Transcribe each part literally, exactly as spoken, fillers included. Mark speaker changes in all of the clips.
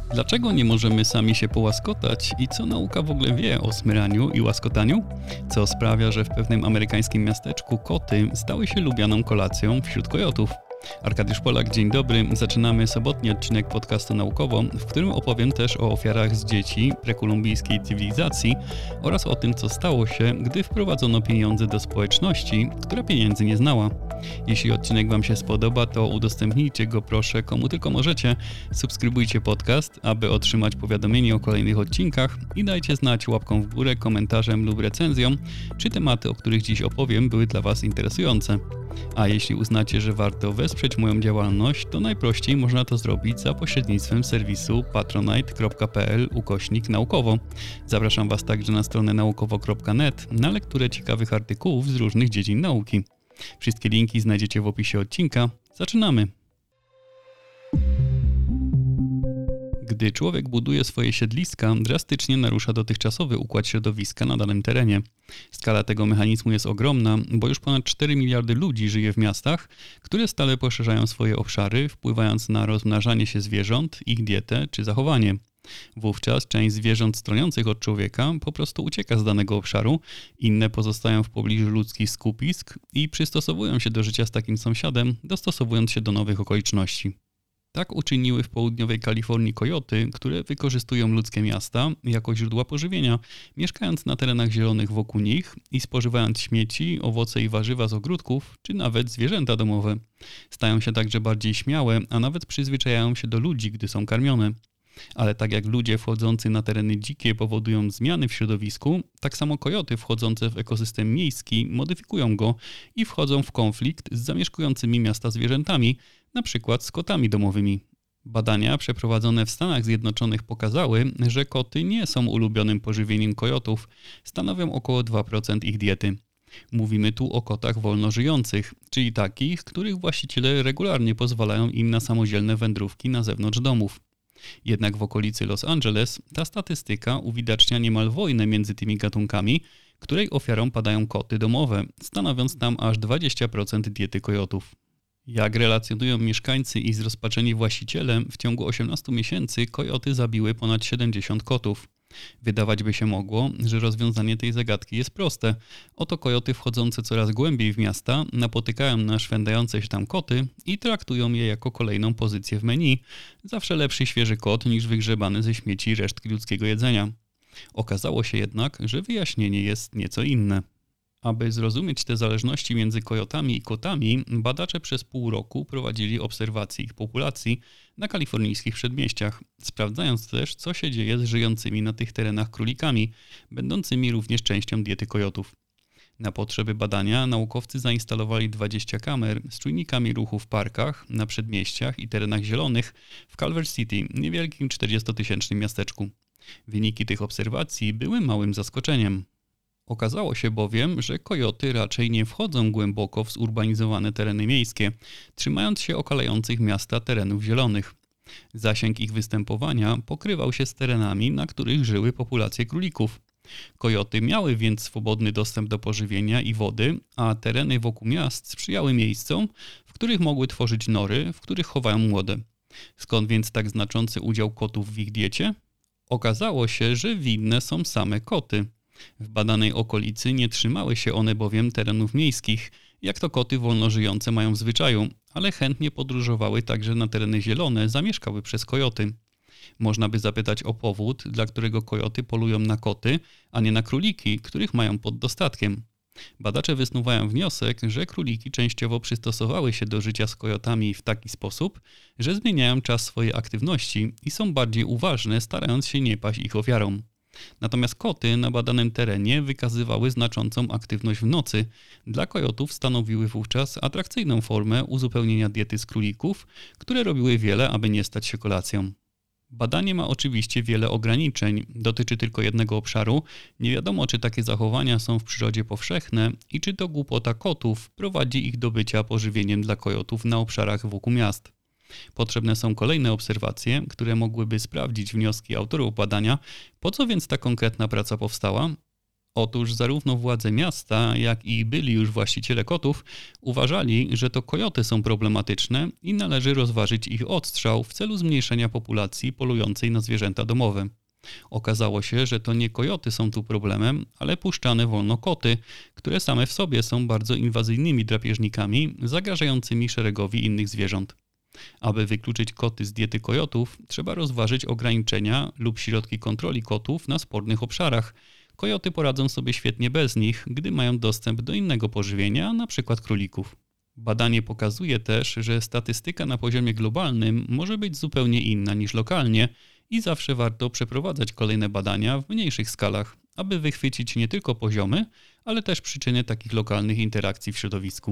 Speaker 1: Dlaczego nie możemy sami się połaskotać i co nauka w ogóle wie o smyraniu i łaskotaniu? Co sprawia, że w pewnym amerykańskim miasteczku koty stały się lubianą kolacją wśród kojotów? Arkadiusz Polak, dzień dobry. Zaczynamy sobotni odcinek podcastu Naukowo, w którym opowiem też o ofiarach z dzieci prekolumbijskiej cywilizacji oraz o tym, co stało się, gdy wprowadzono pieniądze do społeczności, która pieniędzy nie znała. Jeśli odcinek Wam się spodoba, to udostępnijcie go proszę komu tylko możecie. Subskrybujcie podcast, aby otrzymać powiadomienie o kolejnych odcinkach i dajcie znać łapką w górę, komentarzem lub recenzją, czy tematy, o których dziś opowiem, były dla Was interesujące. A jeśli uznacie, że warto wesprzeć moją działalność, to najprościej można to zrobić za pośrednictwem serwisu patronite.pl ukośnik naukowo. Zapraszam Was także na stronę naukowo kropka net na lekturę ciekawych artykułów z różnych dziedzin nauki. Wszystkie linki znajdziecie w opisie odcinka. Zaczynamy! Gdy człowiek buduje swoje siedliska, drastycznie narusza dotychczasowy układ środowiska na danym terenie. Skala tego mechanizmu jest ogromna, bo już ponad cztery miliardy ludzi żyje w miastach, które stale poszerzają swoje obszary, wpływając na rozmnażanie się zwierząt, ich dietę czy zachowanie. Wówczas część zwierząt stroniących od człowieka po prostu ucieka z danego obszaru, inne pozostają w pobliżu ludzkich skupisk i przystosowują się do życia z takim sąsiadem, dostosowując się do nowych okoliczności. Tak uczyniły w południowej Kalifornii kojoty, które wykorzystują ludzkie miasta jako źródła pożywienia, mieszkając na terenach zielonych wokół nich i spożywając śmieci, owoce i warzywa z ogródków, czy nawet zwierzęta domowe. Stają się także bardziej śmiałe, a nawet przyzwyczajają się do ludzi, gdy są karmione. Ale tak jak ludzie wchodzący na tereny dzikie powodują zmiany w środowisku, tak samo kojoty wchodzące w ekosystem miejski modyfikują go i wchodzą w konflikt z zamieszkującymi miasta zwierzętami, na przykład z kotami domowymi. Badania przeprowadzone w Stanach Zjednoczonych pokazały, że koty nie są ulubionym pożywieniem kojotów, stanowią około dwa procent ich diety. Mówimy tu o kotach wolno żyjących, czyli takich, których właściciele regularnie pozwalają im na samodzielne wędrówki na zewnątrz domów. Jednak w okolicy Los Angeles ta statystyka uwidacznia niemal wojnę między tymi gatunkami, której ofiarą padają koty domowe, stanowiąc tam aż dwadzieścia procent diety kojotów. Jak relacjonują mieszkańcy i zrozpaczeni właściciele, w ciągu osiemnastu miesięcy kojoty zabiły ponad siedemdziesiąt kotów. Wydawać by się mogło, że rozwiązanie tej zagadki jest proste. Oto kojoty wchodzące coraz głębiej w miasta napotykają na szwendające się tam koty i traktują je jako kolejną pozycję w menu. Zawsze lepszy świeży kot niż wygrzebany ze śmieci resztki ludzkiego jedzenia. Okazało się jednak, że wyjaśnienie jest nieco inne. Aby zrozumieć te zależności między kojotami i kotami, badacze przez pół roku prowadzili obserwacje ich populacji na kalifornijskich przedmieściach, sprawdzając też, co się dzieje z żyjącymi na tych terenach królikami, będącymi również częścią diety kojotów. Na potrzeby badania naukowcy zainstalowali dwadzieścia kamer z czujnikami ruchu w parkach, na przedmieściach i terenach zielonych w Culver City, niewielkim czterdziestotysięcznym miasteczku. Wyniki tych obserwacji były małym zaskoczeniem. Okazało się bowiem, że kojoty raczej nie wchodzą głęboko w zurbanizowane tereny miejskie, trzymając się okalających miasta terenów zielonych. Zasięg ich występowania pokrywał się z terenami, na których żyły populacje królików. Kojoty miały więc swobodny dostęp do pożywienia i wody, a tereny wokół miast sprzyjały miejscom, w których mogły tworzyć nory, w których chowają młode. Skąd więc tak znaczący udział kotów w ich diecie? Okazało się, że winne są same koty. W badanej okolicy nie trzymały się one bowiem terenów miejskich, jak to koty wolno żyjące mają w zwyczaju, ale chętnie podróżowały także na tereny zielone zamieszkałe przez kojoty. Można by zapytać o powód, dla którego kojoty polują na koty, a nie na króliki, których mają pod dostatkiem. Badacze wysnuwają wniosek, że króliki częściowo przystosowały się do życia z kojotami w taki sposób, że zmieniają czas swojej aktywności i są bardziej uważne, starając się nie paść ich ofiarą. Natomiast koty na badanym terenie wykazywały znaczącą aktywność w nocy. Dla kojotów stanowiły wówczas atrakcyjną formę uzupełnienia diety z królików, które robiły wiele, aby nie stać się kolacją. Badanie ma oczywiście wiele ograniczeń, dotyczy tylko jednego obszaru, nie wiadomo czy takie zachowania są w przyrodzie powszechne i czy to głupota kotów prowadzi ich do bycia pożywieniem dla kojotów na obszarach wokół miast. Potrzebne są kolejne obserwacje, które mogłyby sprawdzić wnioski autorów badania, po co więc ta konkretna praca powstała. Otóż zarówno władze miasta, jak i byli już właściciele kotów uważali, że to kojoty są problematyczne i należy rozważyć ich odstrzał w celu zmniejszenia populacji polującej na zwierzęta domowe. Okazało się, że to nie kojoty są tu problemem, ale puszczane wolno koty, które same w sobie są bardzo inwazyjnymi drapieżnikami zagrażającymi szeregowi innych zwierząt. Aby wykluczyć koty z diety kojotów, trzeba rozważyć ograniczenia lub środki kontroli kotów na spornych obszarach. Kojoty poradzą sobie świetnie bez nich, gdy mają dostęp do innego pożywienia, np. królików. Badanie pokazuje też, że statystyka na poziomie globalnym może być zupełnie inna niż lokalnie i zawsze warto przeprowadzać kolejne badania w mniejszych skalach, aby wychwycić nie tylko poziomy, ale też przyczyny takich lokalnych interakcji w środowisku.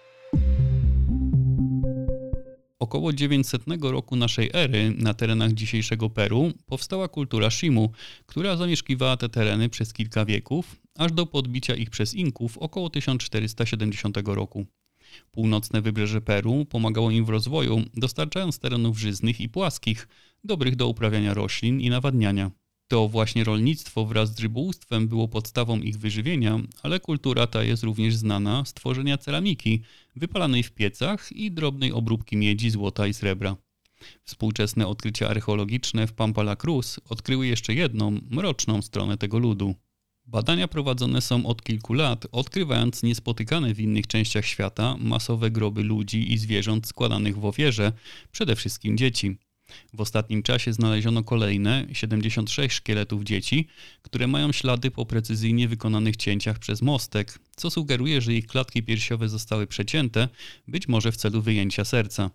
Speaker 1: Około dziewięćsetnego roku naszej ery na terenach dzisiejszego Peru powstała kultura Shimu, która zamieszkiwała te tereny przez kilka wieków, aż do podbicia ich przez Inków około tysiąc czterysta siedemdziesiątego roku. Północne wybrzeże Peru pomagało im w rozwoju, dostarczając terenów żyznych i płaskich, dobrych do uprawiania roślin i nawadniania. To właśnie rolnictwo wraz z rybołówstwem było podstawą ich wyżywienia, ale kultura ta jest również znana z tworzenia ceramiki, wypalanej w piecach i drobnej obróbki miedzi, złota i srebra. Współczesne odkrycia archeologiczne w Pampa La Cruz odkryły jeszcze jedną, mroczną stronę tego ludu. Badania prowadzone są od kilku lat, odkrywając niespotykane w innych częściach świata masowe groby ludzi i zwierząt składanych w ofierze, przede wszystkim dzieci. W ostatnim czasie znaleziono kolejne siedemdziesiąt sześć szkieletów dzieci, które mają ślady po precyzyjnie wykonanych cięciach przez mostek, co sugeruje, że ich klatki piersiowe zostały przecięte, być może w celu wyjęcia serca.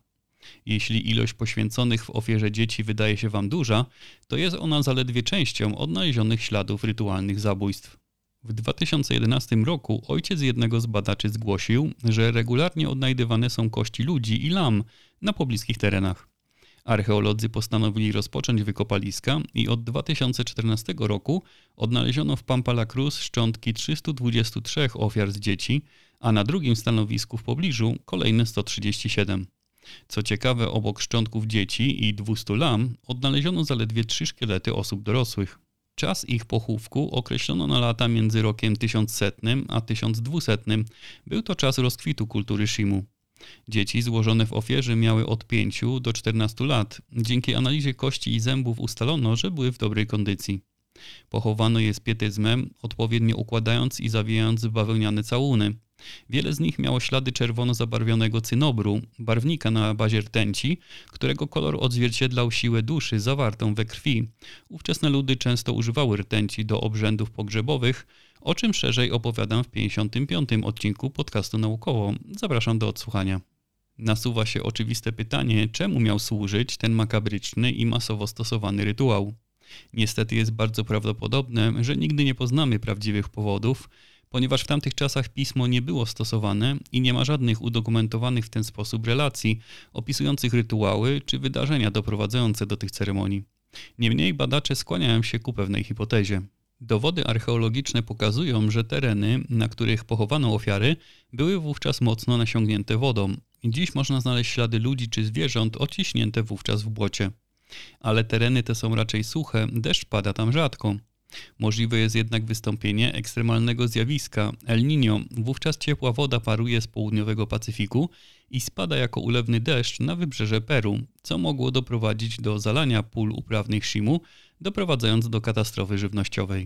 Speaker 1: Jeśli ilość poświęconych w ofierze dzieci wydaje się Wam duża, to jest ona zaledwie częścią odnalezionych śladów rytualnych zabójstw. W dwa tysiące jedenastym roku ojciec jednego z badaczy zgłosił, że regularnie odnajdywane są kości ludzi i lam na pobliskich terenach. Archeolodzy postanowili rozpocząć wykopaliska i od dwa tysiące czternastego roku odnaleziono w Pampa La Cruz szczątki trzystu dwudziestu trzech ofiar z dzieci, a na drugim stanowisku w pobliżu kolejne sto trzydzieści siedem. Co ciekawe, obok szczątków dzieci i dwustu lam odnaleziono zaledwie trzy szkielety osób dorosłych. Czas ich pochówku określono na lata między rokiem tysiącsetnym a tysiąc dwusetnym. Był to czas rozkwitu kultury Shimu. Dzieci złożone w ofierze miały od pięciu do czternastu lat. Dzięki analizie kości i zębów ustalono, że były w dobrej kondycji. Pochowano je z pietyzmem, odpowiednio układając i zawijając w bawełniane całuny. Wiele z nich miało ślady czerwono zabarwionego cynobru, barwnika na bazie rtęci, którego kolor odzwierciedlał siłę duszy zawartą we krwi. Ówczesne ludy często używały rtęci do obrzędów pogrzebowych, o czym szerzej opowiadam w pięćdziesiątym piątym odcinku podcastu Naukowo. Zapraszam do odsłuchania. Nasuwa się oczywiste pytanie, czemu miał służyć ten makabryczny i masowo stosowany rytuał. Niestety jest bardzo prawdopodobne, że nigdy nie poznamy prawdziwych powodów, ponieważ w tamtych czasach pismo nie było stosowane i nie ma żadnych udokumentowanych w ten sposób relacji opisujących rytuały czy wydarzenia doprowadzające do tych ceremonii. Niemniej badacze skłaniają się ku pewnej hipotezie. Dowody archeologiczne pokazują, że tereny, na których pochowano ofiary, były wówczas mocno nasiągnięte wodą. Dziś można znaleźć ślady ludzi czy zwierząt odciśnięte wówczas w błocie. Ale tereny te są raczej suche, deszcz pada tam rzadko. Możliwe jest jednak wystąpienie ekstremalnego zjawiska El Niño. Wówczas ciepła woda paruje z południowego Pacyfiku i spada jako ulewny deszcz na wybrzeże Peru, co mogło doprowadzić do zalania pól uprawnych Shimu, doprowadzając do katastrofy żywnościowej.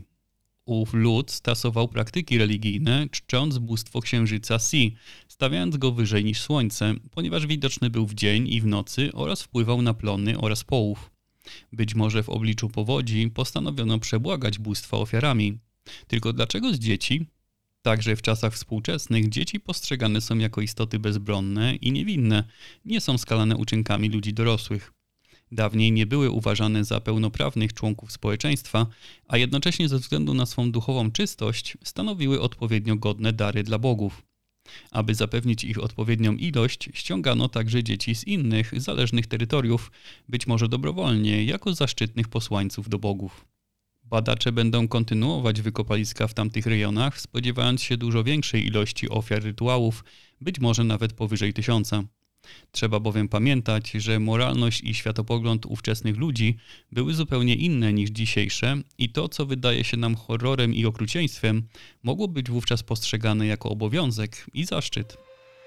Speaker 1: Ów lud stosował praktyki religijne, czcząc bóstwo księżyca Si, stawiając go wyżej niż słońce, ponieważ widoczny był w dzień i w nocy oraz wpływał na plony oraz połów. Być może w obliczu powodzi postanowiono przebłagać bóstwa ofiarami. Tylko dlaczego z dzieci? Także w czasach współczesnych dzieci postrzegane są jako istoty bezbronne i niewinne, nie są skalane uczynkami ludzi dorosłych. Dawniej nie były uważane za pełnoprawnych członków społeczeństwa, a jednocześnie ze względu na swą duchową czystość stanowiły odpowiednio godne dary dla bogów. Aby zapewnić ich odpowiednią ilość, ściągano także dzieci z innych, zależnych terytoriów, być może dobrowolnie, jako zaszczytnych posłańców do bogów. Badacze będą kontynuować wykopaliska w tamtych rejonach, spodziewając się dużo większej ilości ofiar rytuałów, być może nawet powyżej tysiąca. Trzeba bowiem pamiętać, że moralność i światopogląd ówczesnych ludzi były zupełnie inne niż dzisiejsze i to, co wydaje się nam horrorem i okrucieństwem, mogło być wówczas postrzegane jako obowiązek i zaszczyt.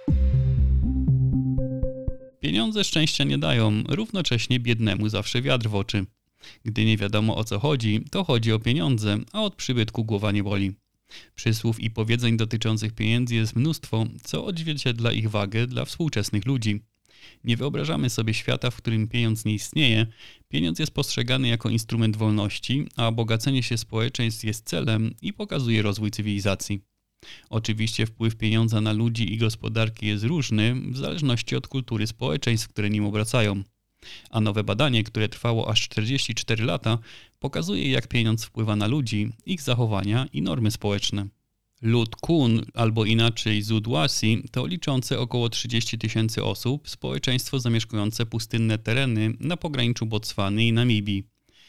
Speaker 1: Pieniądze szczęścia nie dają, równocześnie biednemu zawsze wiatr w oczy. Gdy nie wiadomo o co chodzi, to chodzi o pieniądze, a od przybytku głowa nie boli. Przysłów i powiedzeń dotyczących pieniędzy jest mnóstwo, co odzwierciedla ich wagę dla współczesnych ludzi. Nie wyobrażamy sobie świata, w którym pieniądz nie istnieje. Pieniądz jest postrzegany jako instrument wolności, a bogacenie się społeczeństw jest celem i pokazuje rozwój cywilizacji. Oczywiście wpływ pieniądza na ludzi i gospodarki jest różny w zależności od kultury społeczeństw, które nim obracają. A nowe badanie, które trwało aż czterdzieści cztery lata, pokazuje, jak pieniądz wpływa na ludzi, ich zachowania i normy społeczne. Lud Kun, albo inaczej Zudwasi, to liczące około trzydzieści tysięcy osób społeczeństwo zamieszkujące pustynne tereny na pograniczu Botswany i Namibii.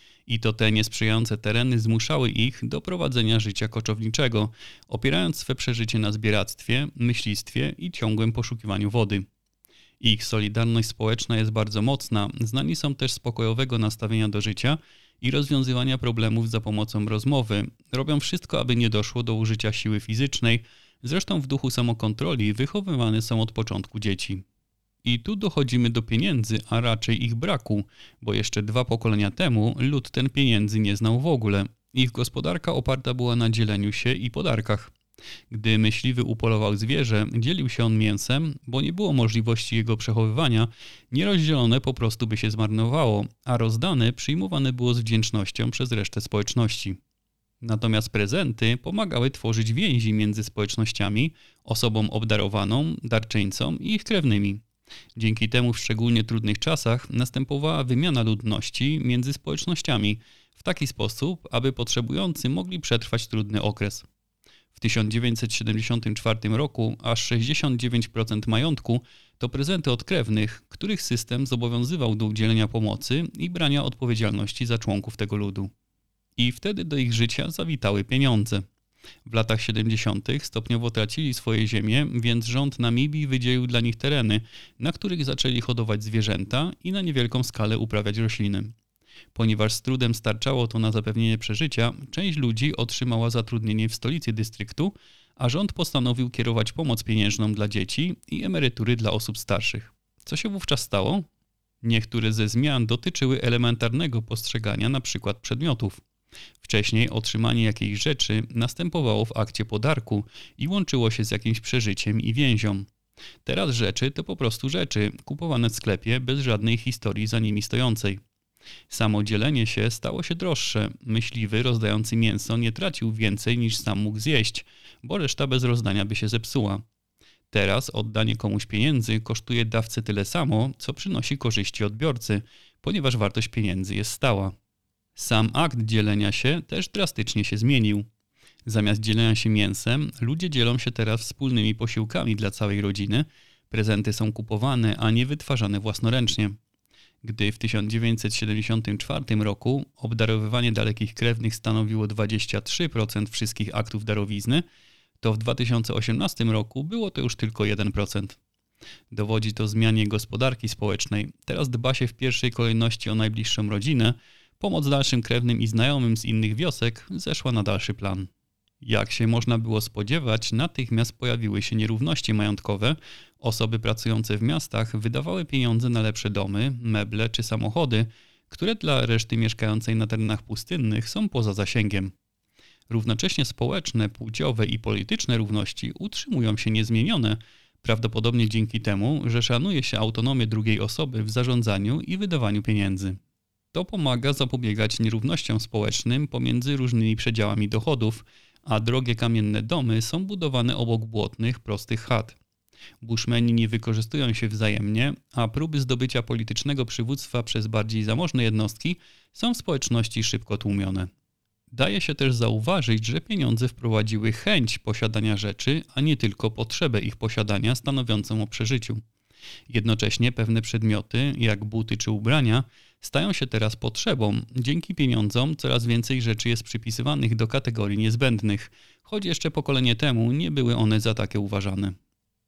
Speaker 1: I to te niesprzyjające tereny zmuszały ich do prowadzenia życia koczowniczego, opierając swe przeżycie na zbieractwie, myślistwie i ciągłym poszukiwaniu wody. Ich solidarność społeczna jest bardzo mocna, znani są też z pokojowego nastawienia do życia i rozwiązywania problemów za pomocą rozmowy. Robią wszystko, aby nie doszło do użycia siły fizycznej, zresztą w duchu samokontroli wychowywane są od początku dzieci. I tu dochodzimy do pieniędzy, a raczej ich braku, bo jeszcze dwa pokolenia temu lud ten pieniędzy nie znał w ogóle. Ich gospodarka oparta była na dzieleniu się i podarkach. Gdy myśliwy upolował zwierzę, dzielił się on mięsem, bo nie było możliwości jego przechowywania, nierozdzielone po prostu by się zmarnowało, a rozdane przyjmowane było z wdzięcznością przez resztę społeczności. Natomiast prezenty pomagały tworzyć więzi między społecznościami, osobą obdarowaną, darczyńcą i ich krewnymi. Dzięki temu w szczególnie trudnych czasach następowała wymiana ludności między społecznościami w taki sposób, aby potrzebujący mogli przetrwać trudny okres. W tysiąc dziewięćset siedemdziesiątym czwartym roku aż sześćdziesiąt dziewięć procent majątku to prezenty od krewnych, których system zobowiązywał do udzielenia pomocy i brania odpowiedzialności za członków tego ludu. I wtedy do ich życia zawitały pieniądze. W latach siedemdziesiątych stopniowo tracili swoje ziemie, więc rząd Namibii wydzielił dla nich tereny, na których zaczęli hodować zwierzęta i na niewielką skalę uprawiać rośliny. Ponieważ z trudem starczało to na zapewnienie przeżycia, część ludzi otrzymała zatrudnienie w stolicy dystryktu, a rząd postanowił kierować pomoc pieniężną dla dzieci i emerytury dla osób starszych. Co się wówczas stało? Niektóre ze zmian dotyczyły elementarnego postrzegania np. przedmiotów. Wcześniej otrzymanie jakiejś rzeczy następowało w akcie podarku i łączyło się z jakimś przeżyciem i więzią. Teraz rzeczy to po prostu rzeczy, kupowane w sklepie bez żadnej historii za nimi stojącej. Samo dzielenie się stało się droższe. Myśliwy rozdający mięso nie tracił więcej niż sam mógł zjeść, bo reszta bez rozdania by się zepsuła. Teraz oddanie komuś pieniędzy kosztuje dawcę tyle samo, co przynosi korzyści odbiorcy, ponieważ wartość pieniędzy jest stała. Sam akt dzielenia się też drastycznie się zmienił. Zamiast dzielenia się mięsem, ludzie dzielą się teraz wspólnymi posiłkami dla całej rodziny. Prezenty są kupowane, a nie wytwarzane własnoręcznie. Gdy w tysiąc dziewięćset siedemdziesiątym czwartym roku obdarowywanie dalekich krewnych stanowiło dwadzieścia trzy procent wszystkich aktów darowizny, to w dwa tysiące osiemnastym roku było to już tylko jeden procent. Dowodzi to zmianie gospodarki społecznej. Teraz dba się w pierwszej kolejności o najbliższą rodzinę. Pomoc dalszym krewnym i znajomym z innych wiosek zeszła na dalszy plan. Jak się można było spodziewać, natychmiast pojawiły się nierówności majątkowe. Osoby pracujące w miastach wydawały pieniądze na lepsze domy, meble czy samochody, które dla reszty mieszkającej na terenach pustynnych są poza zasięgiem. Równocześnie społeczne, płciowe i polityczne równości utrzymują się niezmienione, prawdopodobnie dzięki temu, że szanuje się autonomię drugiej osoby w zarządzaniu i wydawaniu pieniędzy. To pomaga zapobiegać nierównościom społecznym pomiędzy różnymi przedziałami dochodów, a drogie kamienne domy są budowane obok błotnych, prostych chat. Bushmeni nie wykorzystują się wzajemnie, a próby zdobycia politycznego przywództwa przez bardziej zamożne jednostki są w społeczności szybko tłumione. Daje się też zauważyć, że pieniądze wprowadziły chęć posiadania rzeczy, a nie tylko potrzebę ich posiadania stanowiącą o przeżyciu. Jednocześnie pewne przedmioty, jak buty czy ubrania, stają się teraz potrzebą. Dzięki pieniądzom coraz więcej rzeczy jest przypisywanych do kategorii niezbędnych, choć jeszcze pokolenie temu nie były one za takie uważane.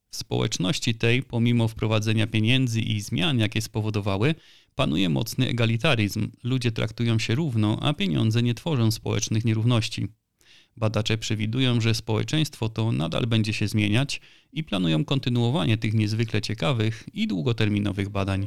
Speaker 1: W społeczności tej, pomimo wprowadzenia pieniędzy i zmian, jakie spowodowały, panuje mocny egalitaryzm. Ludzie traktują się równo, a pieniądze nie tworzą społecznych nierówności. Badacze przewidują, że społeczeństwo to nadal będzie się zmieniać i planują kontynuowanie tych niezwykle ciekawych i długoterminowych badań.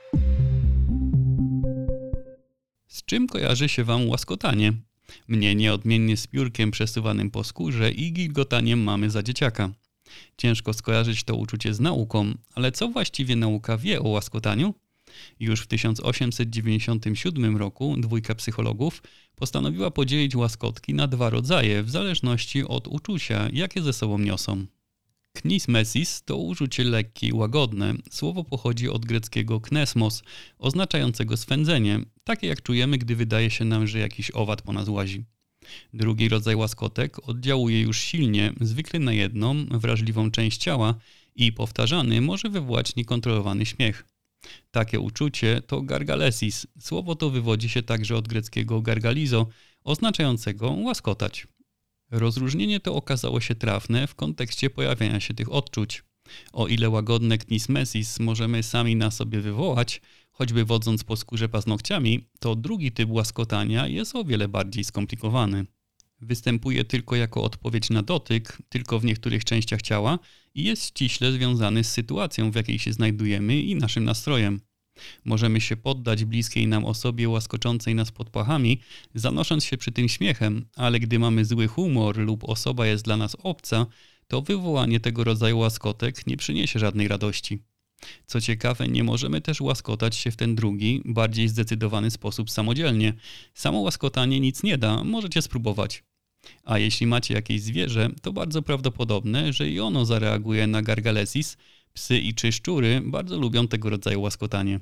Speaker 1: Z czym kojarzy się Wam łaskotanie? Mnie nieodmiennie z piórkiem przesuwanym po skórze i gilgotaniem mamy za dzieciaka. Ciężko skojarzyć to uczucie z nauką, ale co właściwie nauka wie o łaskotaniu? Już w tysiąc osiemset dziewięćdziesiątym siódmym roku dwójka psychologów postanowiła podzielić łaskotki na dwa rodzaje w zależności od uczucia, jakie ze sobą niosą. Knismesis to uczucie lekkie i łagodne. Słowo pochodzi od greckiego knesmos, oznaczającego swędzenie, takie jak czujemy, gdy wydaje się nam, że jakiś owad po nas łazi. Drugi rodzaj łaskotek oddziałuje już silnie, zwykle na jedną, wrażliwą część ciała i powtarzany może wywołać niekontrolowany śmiech. Takie uczucie to gargalesis. Słowo to wywodzi się także od greckiego gargalizo, oznaczającego łaskotać. Rozróżnienie to okazało się trafne w kontekście pojawiania się tych odczuć. O ile łagodne knismesis możemy sami na sobie wywołać, choćby wodząc po skórze paznokciami, to drugi typ łaskotania jest o wiele bardziej skomplikowany. Występuje tylko jako odpowiedź na dotyk, tylko w niektórych częściach ciała i jest ściśle związany z sytuacją, w jakiej się znajdujemy i naszym nastrojem. Możemy się poddać bliskiej nam osobie łaskoczącej nas pod pachami, zanosząc się przy tym śmiechem, ale gdy mamy zły humor lub osoba jest dla nas obca, to wywołanie tego rodzaju łaskotek nie przyniesie żadnej radości. Co ciekawe, nie możemy też łaskotać się w ten drugi, bardziej zdecydowany sposób samodzielnie. Samo łaskotanie nic nie da, możecie spróbować. A jeśli macie jakieś zwierzę, to bardzo prawdopodobne, że i ono zareaguje na gargalesis. Psy i czy szczury bardzo lubią tego rodzaju łaskotanie.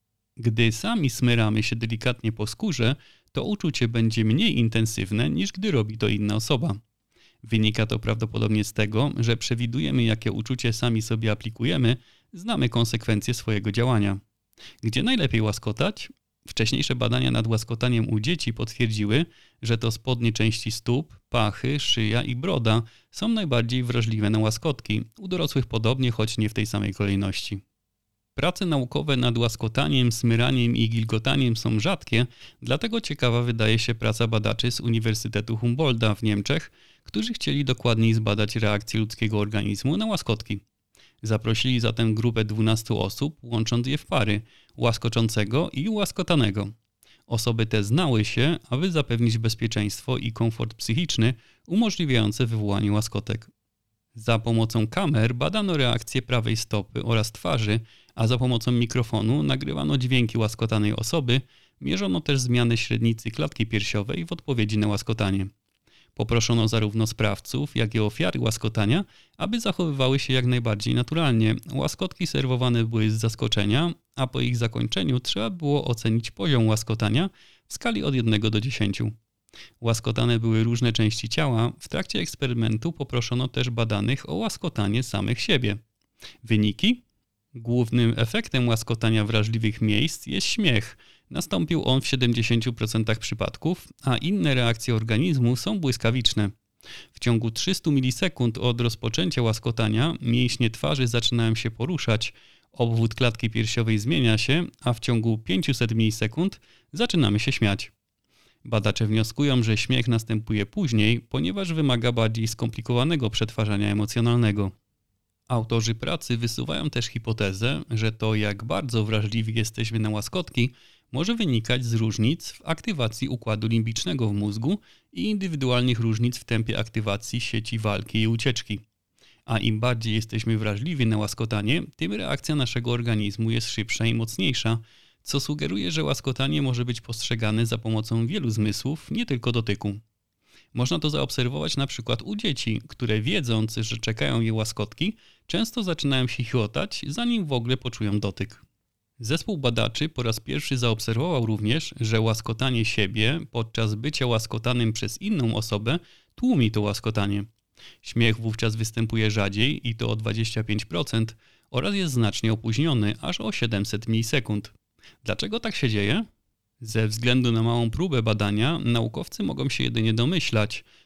Speaker 1: Gdy sami smyramy się delikatnie po skórze, to uczucie będzie mniej intensywne niż gdy robi to inna osoba. Wynika to prawdopodobnie z tego, że przewidujemy, jakie uczucie sami sobie aplikujemy, znamy konsekwencje swojego działania. Gdzie najlepiej łaskotać? Wcześniejsze badania nad łaskotaniem u dzieci potwierdziły, że to spodnie części stóp, pachy, szyja i broda są najbardziej wrażliwe na łaskotki, u dorosłych podobnie, choć nie w tej samej kolejności. Prace naukowe nad łaskotaniem, smyraniem i gilgotaniem są rzadkie, dlatego ciekawa wydaje się praca badaczy z Uniwersytetu Humboldta w Niemczech, którzy chcieli dokładniej zbadać reakcję ludzkiego organizmu na łaskotki. Zaprosili zatem grupę dwunastu osób, łącząc je w pary, łaskoczącego i łaskotanego. Osoby te znały się, aby zapewnić bezpieczeństwo i komfort psychiczny umożliwiające wywołanie łaskotek. Za pomocą kamer badano reakcję prawej stopy oraz twarzy, a za pomocą mikrofonu nagrywano dźwięki łaskotanej osoby, mierzono też zmiany średnicy klatki piersiowej w odpowiedzi na łaskotanie. Poproszono zarówno sprawców, jak i ofiary łaskotania, aby zachowywały się jak najbardziej naturalnie. Łaskotki serwowane były z zaskoczenia, a po ich zakończeniu trzeba było ocenić poziom łaskotania w skali od jednego do dziesięciu. Łaskotane były różne części ciała. W trakcie eksperymentu poproszono też badanych o łaskotanie samych siebie. Wyniki? Głównym efektem łaskotania wrażliwych miejsc jest śmiech. Nastąpił on w siedemdziesięciu procentach przypadków, a inne reakcje organizmu są błyskawiczne. W ciągu trzystu milisekund od rozpoczęcia łaskotania mięśnie twarzy zaczynają się poruszać, obwód klatki piersiowej zmienia się, a w ciągu pięciuset milisekund zaczynamy się śmiać. Badacze wnioskują, że śmiech następuje później, ponieważ wymaga bardziej skomplikowanego przetwarzania emocjonalnego. Autorzy pracy wysuwają też hipotezę, że to, jak bardzo wrażliwi jesteśmy na łaskotki, może wynikać z różnic w aktywacji układu limbicznego w mózgu i indywidualnych różnic w tempie aktywacji sieci walki i ucieczki. A im bardziej jesteśmy wrażliwi na łaskotanie, tym reakcja naszego organizmu jest szybsza i mocniejsza, co sugeruje, że łaskotanie może być postrzegane za pomocą wielu zmysłów, nie tylko dotyku. Można to zaobserwować na przykład u dzieci, które wiedząc, że czekają je łaskotki, często zaczynają się chichotać, zanim w ogóle poczują dotyk. Zespół badaczy po raz pierwszy zaobserwował również, że łaskotanie siebie podczas bycia łaskotanym przez inną osobę tłumi to łaskotanie. Śmiech wówczas występuje rzadziej i to o dwadzieścia pięć procent oraz jest znacznie opóźniony, aż o siedemset milisekund. Dlaczego tak się dzieje? Ze względu na małą próbę badania naukowcy mogą się jedynie domyślać,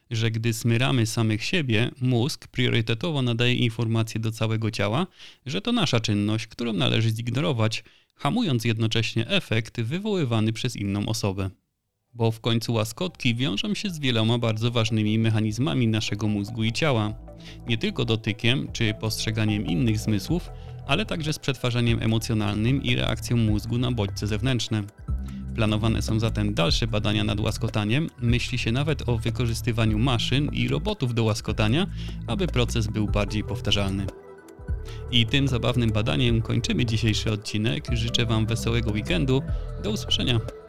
Speaker 1: że gdy smyramy samych siebie, mózg priorytetowo nadaje informacje do całego ciała, że to nasza czynność, którą należy zignorować, hamując jednocześnie efekt wywoływany przez inną osobę. Bo w końcu łaskotki wiążą się z wieloma bardzo ważnymi mechanizmami naszego mózgu i ciała. Nie tylko dotykiem czy postrzeganiem innych zmysłów, ale także z przetwarzaniem emocjonalnym i reakcją mózgu na bodźce zewnętrzne. Planowane są zatem dalsze badania nad łaskotaniem, myśli się nawet o wykorzystywaniu maszyn i robotów do łaskotania, aby proces był bardziej powtarzalny. I tym zabawnym badaniem kończymy dzisiejszy odcinek. Życzę Wam wesołego weekendu. Do usłyszenia.